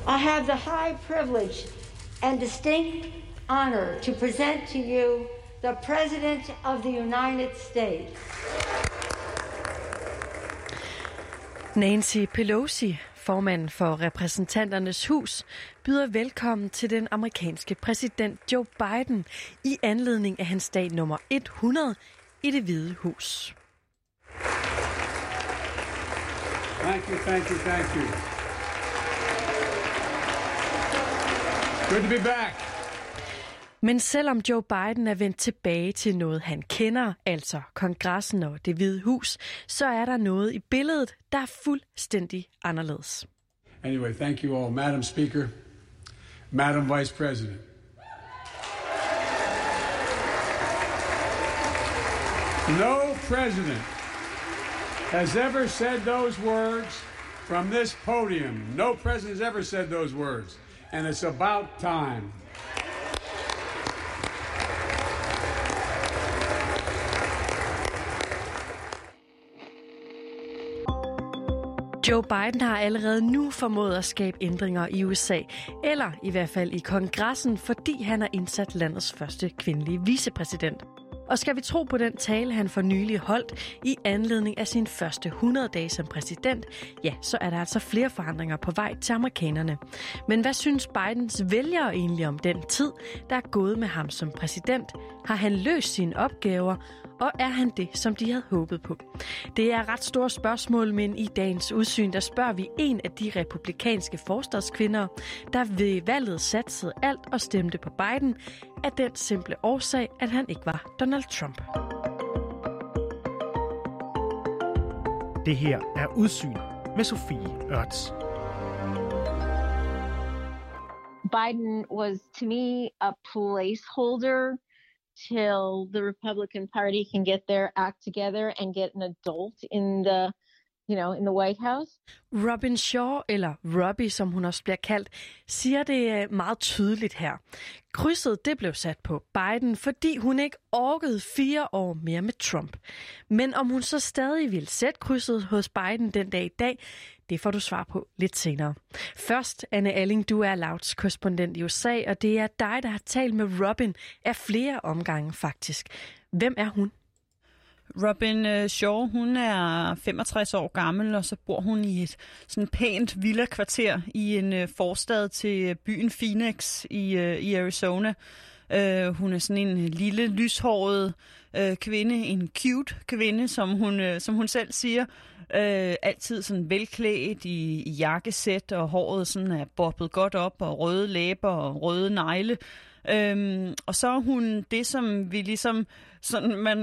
I have the high privilege and distinct honor to present to you the President of the United States. Nancy Pelosi, formanden for Repræsentanternes Hus, byder velkommen til den amerikanske præsident Joe Biden i anledning af hans dag nummer 100 i Det Hvide Hus. Thank you. Good to be back. Men selvom Joe Biden er vendt tilbage til noget, han kender, altså kongressen og Det Hvide Hus, så er der noget i billedet, der er fuldstændig anderledes. Anyway, thank you all. Madam Speaker, Madam Vice President. No president has ever said those words from this podium. No president has ever said those words. And it's about time. Joe Biden har allerede nu formået at skabe ændringer i USA, eller i hvert fald i kongressen, fordi han har indsat landets første kvindelige vicepræsident. Og skal vi tro på den tale, han for nylig holdt i anledning af sin første 100 dage som præsident, ja, så er der altså flere forandringer på vej til amerikanerne. Men hvad synes Bidens vælgere egentlig om den tid, der er gået med ham som præsident? Har han løst sine opgaver, og er han det, som de havde håbet på? Det er ret store spørgsmål, men i dagens udsyn, der spørger vi en af de republikanske forstadskvinder, der ved valget satsede alt og stemte på Biden, af den simple årsag, at han ikke var Donald Trump. Det her er Udsyn med Sofie Ørts. Biden was, to me, a placeholder till the Republican Party can get their act together and get an adult in the White House. Robin Shaw, eller Robbie, som hun også bliver kaldt, siger det meget tydeligt her. Krydset det blev sat på Biden, fordi hun ikke orkede 4 år mere med Trump. Men om hun så stadig vil sætte krydset hos Biden den dag i dag, det får du svar på lidt senere. Først, Anne Alling, du er Louds korrespondent i USA, og det er dig, der har talt med Robin af flere omgange faktisk. Hvem er hun? Robin Shaw, hun er 65 år gammel, og så bor hun i et sådan pænt villa-kvarter i en forstad til byen Phoenix i Arizona. Hun er sådan en lille, lyshåret kvinde, en cute kvinde, som hun selv siger. Altid sådan velklædt i jakkesæt, og håret sådan er bobbet godt op, og røde læber og røde negle. Og så er hun det, som vi ligesom sådan man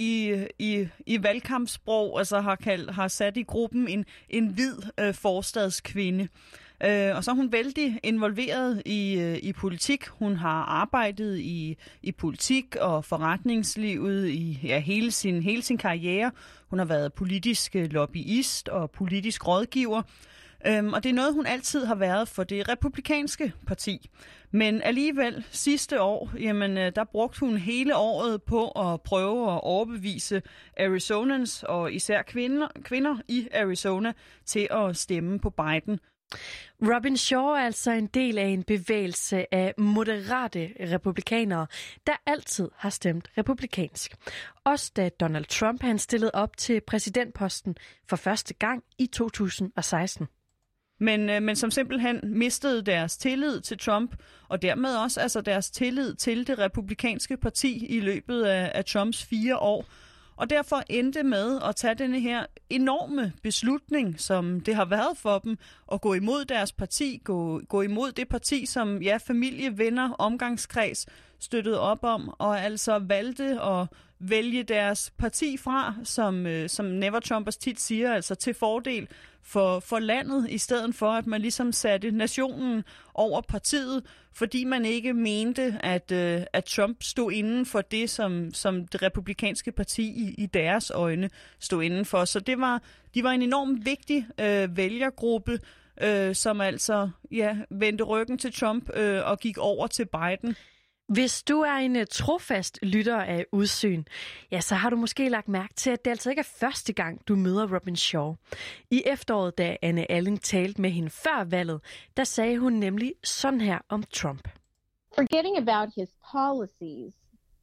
i valgkampssprog altså har sat i gruppen en hvid forstadskvinde. Og så er hun vældig involveret i politik. Hun har arbejdet i politik og forretningslivet i hele sin karriere. Hun har været politisk lobbyist og politisk rådgiver. Og det er noget, hun altid har været for det republikanske parti. Men alligevel sidste år, der brugte hun hele året på at prøve at overbevise Arizonans og især kvinder i Arizona til at stemme på Biden. Robin Shaw er altså en del af en bevægelse af moderate republikanere, der altid har stemt republikansk. Også da Donald Trump han stillede op til præsidentposten for første gang i 2016. Men som simpelthen mistede deres tillid til Trump, og dermed også altså deres tillid til det republikanske parti i løbet af Trumps 4 år. Og derfor endte med at tage denne her enorme beslutning, som det har været for dem, at gå imod deres parti, gå imod det parti, som familie, venner, omgangskreds støttede op om, og altså valgte at vælge deres parti fra, som Never Trumpers tit siger, altså til fordel for landet, i stedet for at man ligesom satte nationen over partiet, fordi man ikke mente, at Trump stod inden for det, som det republikanske parti i deres øjne stod inden for. Så de var en enormt vigtig vælgergruppe, som altså vendte ryggen til Trump og gik over til Biden. Hvis du er en trofast lytter af Udsyn, ja, så har du måske lagt mærke til, at det altså ikke er første gang, du møder Robin Shaw. I efteråret, da Anne Alling talte med hende før valget, der sagde hun nemlig sådan her om Trump. Forgetting about his policies,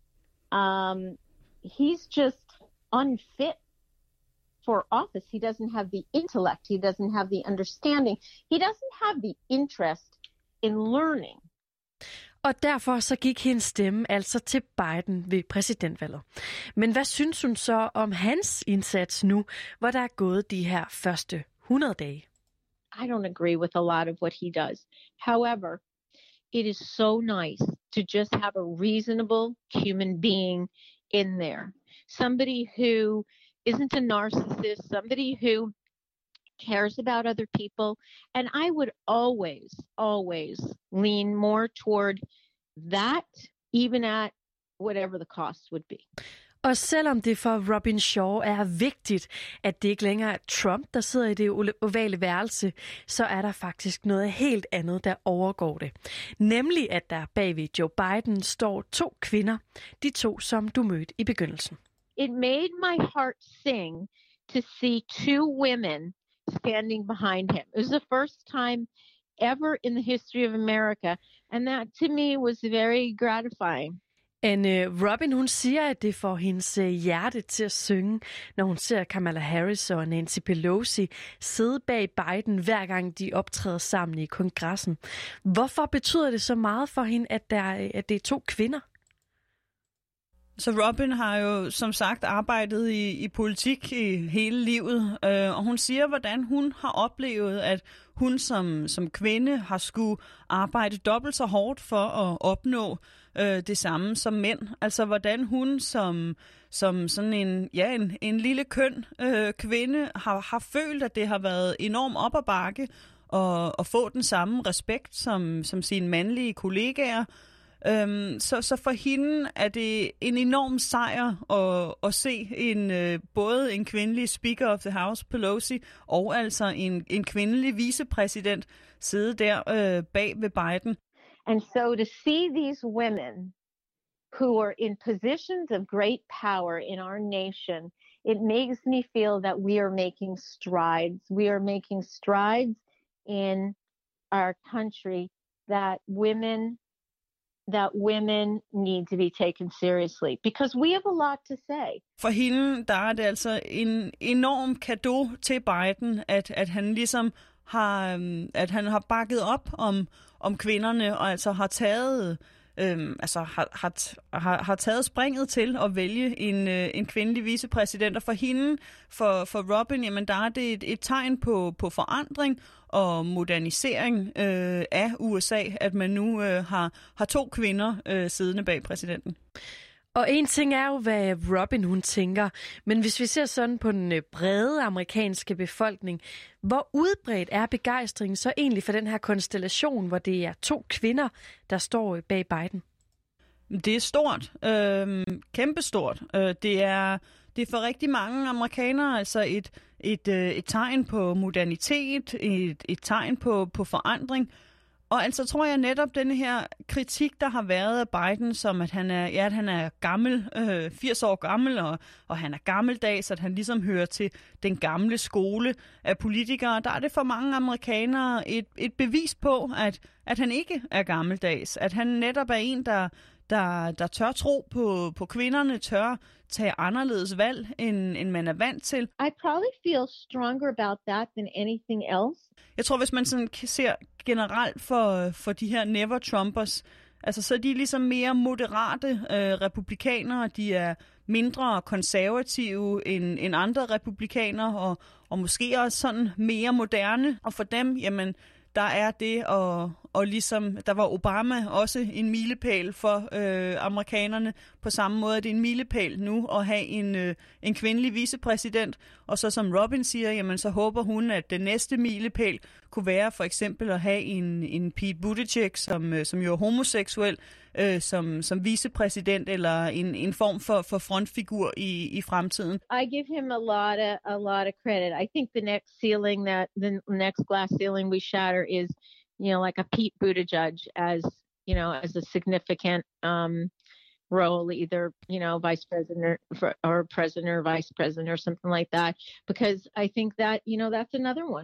he's just unfit for office. He doesn't have the intellect. He doesn't have the understanding. He doesn't have the interest in learning. Og derfor så gik hendes stemme altså til Biden ved præsidentvalget. Men hvad synes hun så om hans indsats nu, hvor der er gået de her første 100 dage? I don't agree with a lot of what he does. However, it is so nice to just have a reasonable human being in there. Somebody who isn't a narcissist, somebody who cares about other people. And I would always lean more toward that, even at whatever the cost would be. Og selvom det for Robin Shaw er vigtigt, at det ikke længere er Trump, der sidder i det ovale værelse, så er der faktisk noget helt andet, der overgår det. Nemlig, at der bag ved Joe Biden står 2 kvinder, de 2, som du mødte i begyndelsen. It made my heart sing to see 2 women standing behind him. It was the first time ever in the history of America, and that to me was very gratifying. Robin, hun siger, at det får hendes hjerte til at synge, når hun ser Kamala Harris og Nancy Pelosi sidde bag Biden, hver gang de optræder sammen i kongressen. Hvorfor betyder det så meget for hende, at det er 2 kvinder? Så Robin har jo som sagt arbejdet i politik i hele livet, og hun siger, hvordan hun har oplevet, at hun som kvinde har skulle arbejde dobbelt så hårdt for at opnå det samme som mænd. Altså hvordan hun som sådan en lille køn kvinde har følt, at det har været enormt op ad bakke at få den samme respekt som sine mandlige kollegaer. Så for hende er det en enorm sejr at se både en kvindelig Speaker of the House, Pelosi, og altså en kvindelig vicepræsident sidde der bag ved Biden. And so to see these women who are in positions of great power in our nation, it makes me feel that we are making strides. We are making strides in our country that women need to be taken seriously, because we have a lot to say. For hende, der er det altså en enorm cadeau til Biden, at han ligesom har bakket op om kvinderne, og altså har taget har taget springet til at vælge en kvindelig vicepræsident. Og for hende, for Robin, jamen der er det et tegn på forandring og modernisering af USA, at man nu har 2 kvinder siddende bag præsidenten. Og en ting er jo, hvad Robin hun tænker, men hvis vi ser sådan på den brede amerikanske befolkning, hvor udbredt er begejstringen så egentlig for den her konstellation, hvor det er 2 kvinder, der står bag Biden? Det er stort. Kæmpestort. Det er for rigtig mange amerikanere altså et tegn på modernitet, et tegn på forandring. Og altså tror jeg netop den her kritik, der har været af Biden, som at han er gammel, 80 år gammel, og han er gammeldags, at han ligesom hører til den gamle skole af politikere. Der er det for mange amerikanere et bevis på, at han ikke er gammeldags. At han netop er en, der tør tro på kvinderne, tør tage anderledes valg, end man er vant til. I probably feel stronger about that than anything else. Jeg tror, hvis man sådan ser generelt for de her never-Trumpers, altså så er de ligesom mere moderate republikanere, de er mindre konservative end andre republikanere, og måske også sådan mere moderne. Og for dem, jamen, der er det, og ligesom der var Obama også en milepæl for amerikanerne. På samme måde er det en milepæl nu at have en kvindelig vicepræsident. Og så som Robin siger, jamen så håber hun, at den næste milepæl kunne være for eksempel at have en Pete Buttigieg, som jo er homoseksuel, som vicepræsident eller en form for frontfigur i fremtiden. I give him a lot of credit. I think the next glass ceiling we shatter is, like a Pete Buttigieg as as a significant role, either, vice president or president or vice president or something like that, because I think that, that's another one.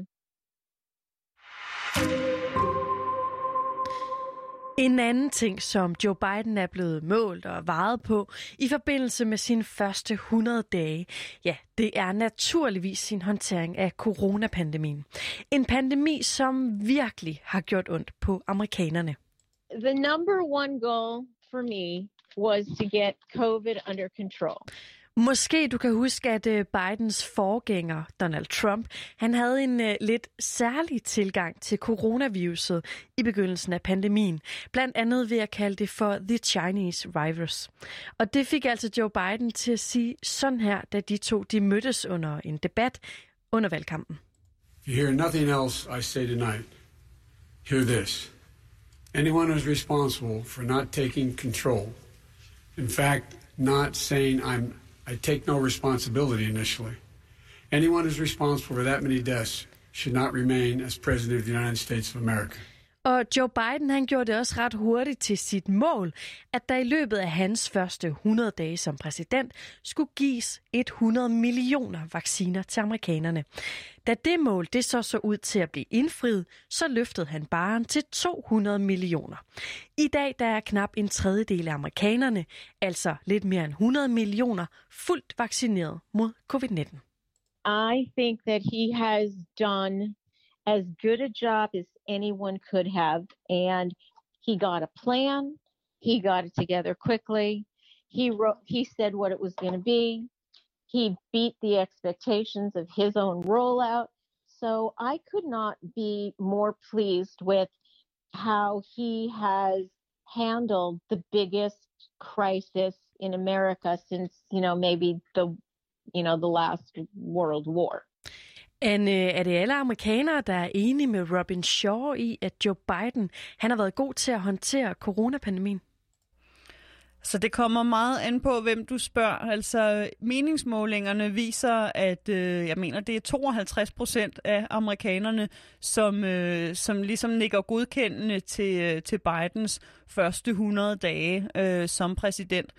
En anden ting, som Joe Biden er blevet målt og vejet på i forbindelse med sine første 100 dage, det er naturligvis sin håndtering af coronapandemien. En pandemi, som virkelig har gjort ondt på amerikanerne. The number one goal for me was to get COVID under control. Måske du kan huske, at Bidens forgænger, Donald Trump, han havde en lidt særlig tilgang til coronaviruset i begyndelsen af pandemien. Blandt andet ved at kalde det for The Chinese Virus. Og det fik altså Joe Biden til at sige sådan her, da de mødtes under en debat under valgkampen. If you hear nothing else I say tonight, hear this. Anyone who's responsible for not taking control, in fact, not saying I take no responsibility initially. Anyone who's responsible for that many deaths should not remain as president of the United States of America. Og Joe Biden, han gjorde det også ret hurtigt til sit mål, at der i løbet af hans første 100 dage som præsident skulle gives 100 millioner vacciner til amerikanerne. Da det mål det så ud til at blive indfriet, så løftede han barren til 200 millioner. I dag der er knap en tredjedel af amerikanerne, altså lidt mere end 100 millioner, fuldt vaccineret mod covid-19. I think that he has done as good a job as anyone could have, and he got a plan. He got it together quickly. He said what it was going to be. He beat the expectations of his own rollout. So I could not be more pleased with how he has handled the biggest crisis in America since, maybe the last World War. Er det alle amerikanere, der er enige med Robin Shaw i, at Joe Biden han har været god til at håndtere coronapandemien? Så det kommer meget an på, hvem du spørger. Altså, meningsmålingerne viser, at jeg mener, det er 52% af amerikanerne, som ligesom nikker godkendende til Bidens første 100 dage som præsident.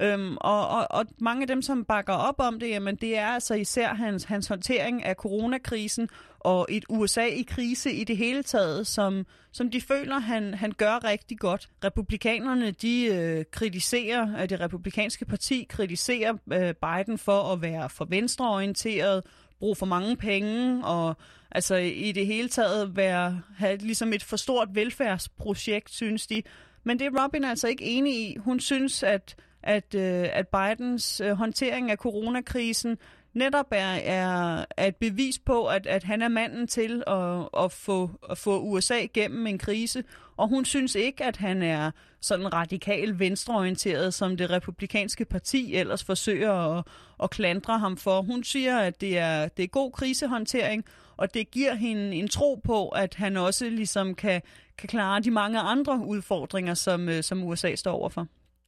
Og mange af dem, som bakker op om det, jamen det er altså især hans håndtering af coronakrisen og et USA i krise i det hele taget, som de føler, han gør rigtig godt. Republikanerne, de kritiserer, det republikanske parti kritiserer Biden for at være for venstreorienteret, bruge for mange penge og altså i det hele taget have ligesom et for stort velfærdsprojekt, synes de. Men det er Robin altså ikke enig i. Hun synes, at Bidens håndtering af coronakrisen netop er et bevis på, at han er manden til at få USA igennem en krise. Og hun synes ikke, at han er sådan radikal venstreorienteret, som det republikanske parti ellers forsøger at klandre ham for. Hun siger, at det er god krisehåndtering, og det giver hende en tro på, at han også ligesom kan klare de mange andre udfordringer, som USA står overfor.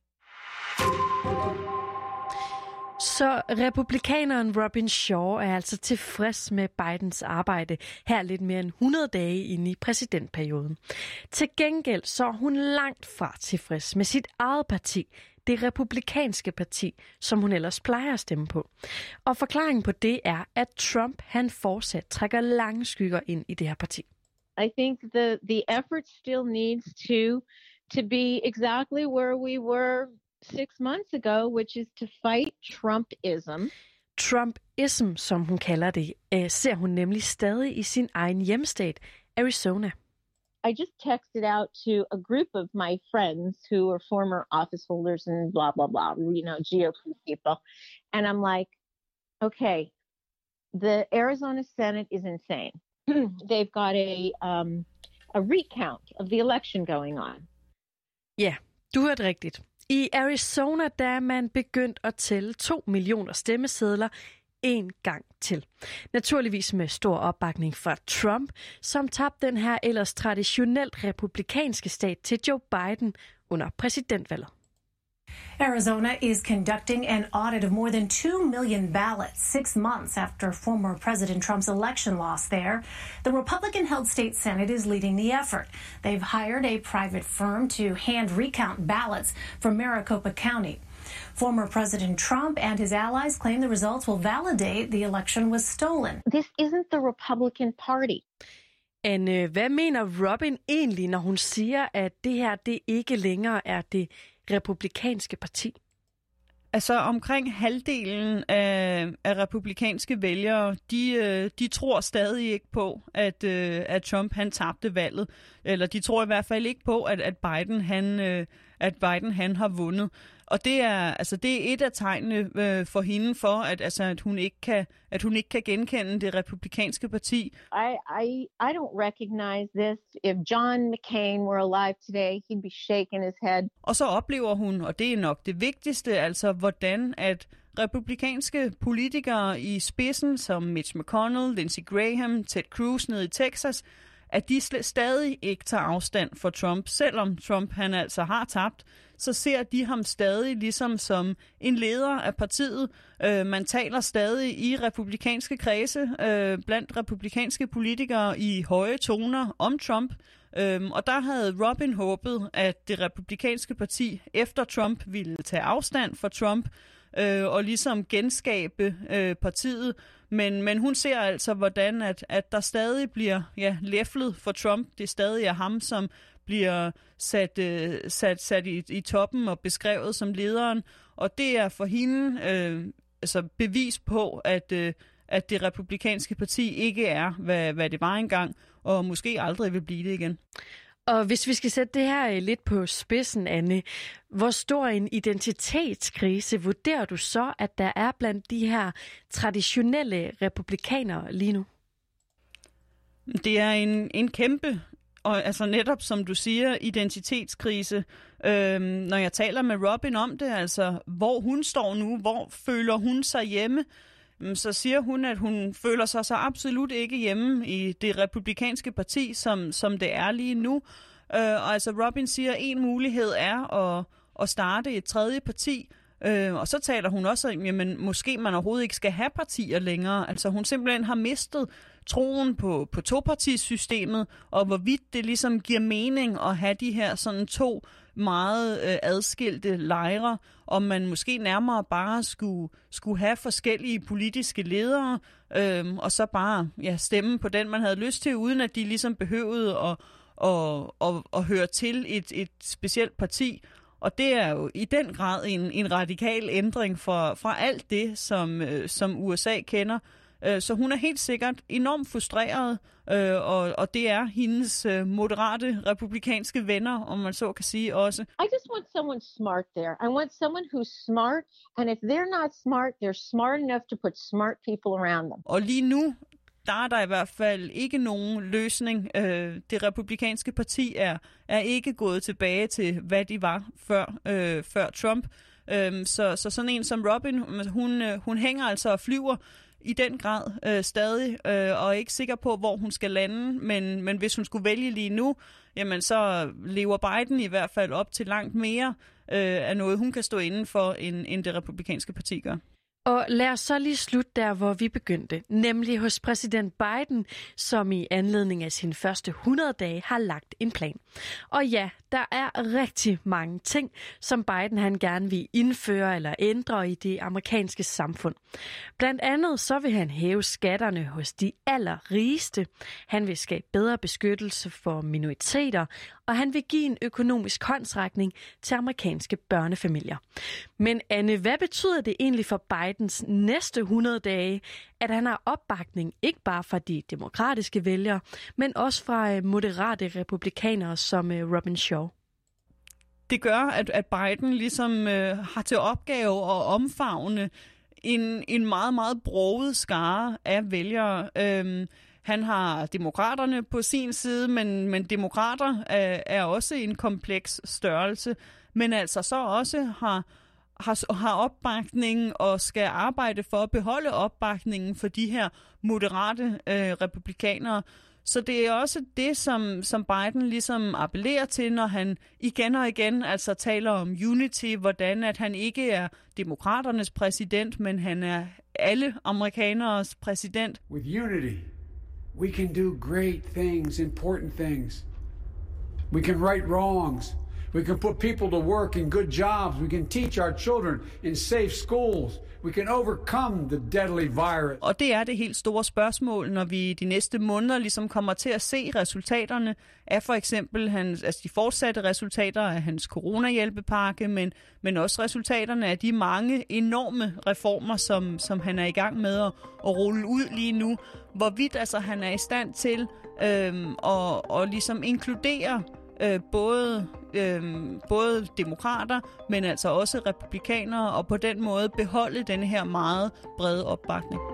Så republikaneren Robin Shaw er altså tilfreds med Bidens arbejde her lidt mere end 100 dage inde i præsidentperioden. Til gengæld så er hun langt fra tilfreds med sit eget parti, det republikanske parti, som hun ellers plejer at stemme på. Og forklaringen på det er, at Trump han fortsat trækker lange skygger ind i det her parti. I think the effort still needs to be exactly where we were 6 months ago, which is to fight Trumpism. Trumpism, som hun kalder det, ser hun nemlig stadig i sin egen hjemstat, Arizona. I just texted out to a group of my friends who are former office holders and blah, blah, blah, GOP people. And I'm like, okay, the Arizona Senate is insane. They've got a recount of the election going on. Ja, du hørte rigtigt. I Arizona der er man begyndt at tælle 2 millioner stemmesedler en gang til. Naturligvis med stor opbakning fra Trump, som tabte den her ellers traditionelt republikanske stat til Joe Biden under præsidentvalget. Arizona is conducting an audit of more than 2 million ballots 6 months after former President Trump's election loss there. The Republican-held state Senate is leading the effort. They've hired a private firm to hand recount ballots from Maricopa County. Former President Trump and his allies claim the results will validate the election was stolen. This isn't the Republican Party. Anne, hvad mener Robin egentlig, når hun siger, at det her det ikke længere er det republikanske parti? Altså omkring halvdelen af republikanske vælgere, de tror stadig ikke på, at Trump han tabte valget. Eller de tror i hvert fald ikke på, at Biden han har vundet. Og det er et af tegnene for hende for, at hun ikke kan genkende det republikanske parti. I don't recognize this. If John McCain were alive today, he'd be shaking his head. Og så oplever hun, og det er nok det vigtigste, altså hvordan at republikanske politikere i spidsen, som Mitch McConnell, Lindsey Graham, Ted Cruz nede i Texas, at de stadig ikke tager afstand for Trump. Selvom Trump han altså har tabt, så ser de ham stadig ligesom som en leder af partiet. Man taler stadig i republikanske kredse, blandt republikanske politikere i høje toner om Trump. Og der havde Robin håbet, at det republikanske parti efter Trump ville tage afstand for Trump og ligesom genskabe partiet. Men hun ser altså, hvordan at der stadig bliver læflet for Trump. Det stadig er ham, som bliver sat i toppen og beskrevet som lederen. Og det er for hende bevis på, at det republikanske parti ikke er, hvad det var engang, og måske aldrig vil blive det igen. Og hvis vi skal sætte det her lidt på spidsen, Anne, hvor stor en identitetskrise vurderer du så, at der er blandt de her traditionelle republikanere lige nu? Det er en kæmpe, og altså netop som du siger, identitetskrise. Når jeg taler med Robin om det, altså hvor hun står nu, hvor føler hun sig hjemme, så siger hun, at hun føler sig så absolut ikke hjemme i det republikanske parti, som det er lige nu. Og altså Robin siger, at en mulighed er at starte et tredje parti. Og så taler hun også om, jamen måske man overhovedet ikke skal have partier længere. Altså hun simpelthen har mistet troen på topartisystemet, og hvorvidt det ligesom giver mening at have de her sådan to meget adskilte lejre, om man måske nærmere bare skulle have forskellige politiske ledere, og så bare stemme på den, man havde lyst til, uden at de ligesom behøvede at høre til et specielt parti. Og det er jo i den grad en radikal ændring fra alt det, som USA kender. Så hun er helt sikkert enormt frustreret, og det er hendes moderate republikanske venner, om man så kan sige også. I just want someone smart there. I want someone who's smart, and if they're not smart, they're smart enough to put smart people around them. Og lige nu, der er der i hvert fald ikke nogen løsning. Det republikanske parti er ikke gået tilbage til, hvad de var før Trump. Så sådan en som Robin, hun hænger altså og flyver i den grad stadig, og er ikke sikker på, hvor hun skal lande. Men hvis hun skulle vælge lige nu, jamen så lever Biden i hvert fald op til langt mere af noget, hun kan stå inden for, end det republikanske parti gør. Og lad os så lige slutte der, hvor vi begyndte, nemlig hos præsident Biden, som i anledning af sine første 100 dage har lagt en plan. Og ja, der er rigtig mange ting, som Biden han gerne vil indføre eller ændre i det amerikanske samfund. Blandt andet så vil han hæve skatterne hos de allerrigeste. Han vil skabe bedre beskyttelse for minoriteter, og han vil give en økonomisk håndsrækning til amerikanske børnefamilier. Men Anne, hvad betyder det egentlig for Bidens næste 100 dage, at han har opbakning ikke bare fra de demokratiske vælgere, men også fra moderate republikanere som Robin Shaw? Det gør, at Biden ligesom har til opgave at omfavne en meget, meget broget skare af vælgere. Han har demokraterne på sin side, men demokrater er også en kompleks størrelse, men altså så også har opbakningen og skal arbejde for at beholde opbakningen for de her moderate republikanere, Så det er også det, som Biden ligesom appellerer til, når han igen og igen altså taler om unity, hvordan at han ikke er demokraternes præsident, men han er alle amerikaneres præsident. With unity, we can do great things, important things. We can right wrongs. We can put people to work in good jobs. We can teach our children in safe schools. We can overcome the deadly virus. Og det er det helt store spørgsmål, når vi de næste måneder ligesom kommer til at se resultaterne af for eksempel de fortsatte resultater af hans coronahjælpepakke, men også resultaterne af de mange enorme reformer, som han er i gang med at rulle ud lige nu. Hvorvidt altså han er i stand til at ligesom inkludere både demokrater, men altså også republikanere, og på den måde beholde denne her meget brede opbakning.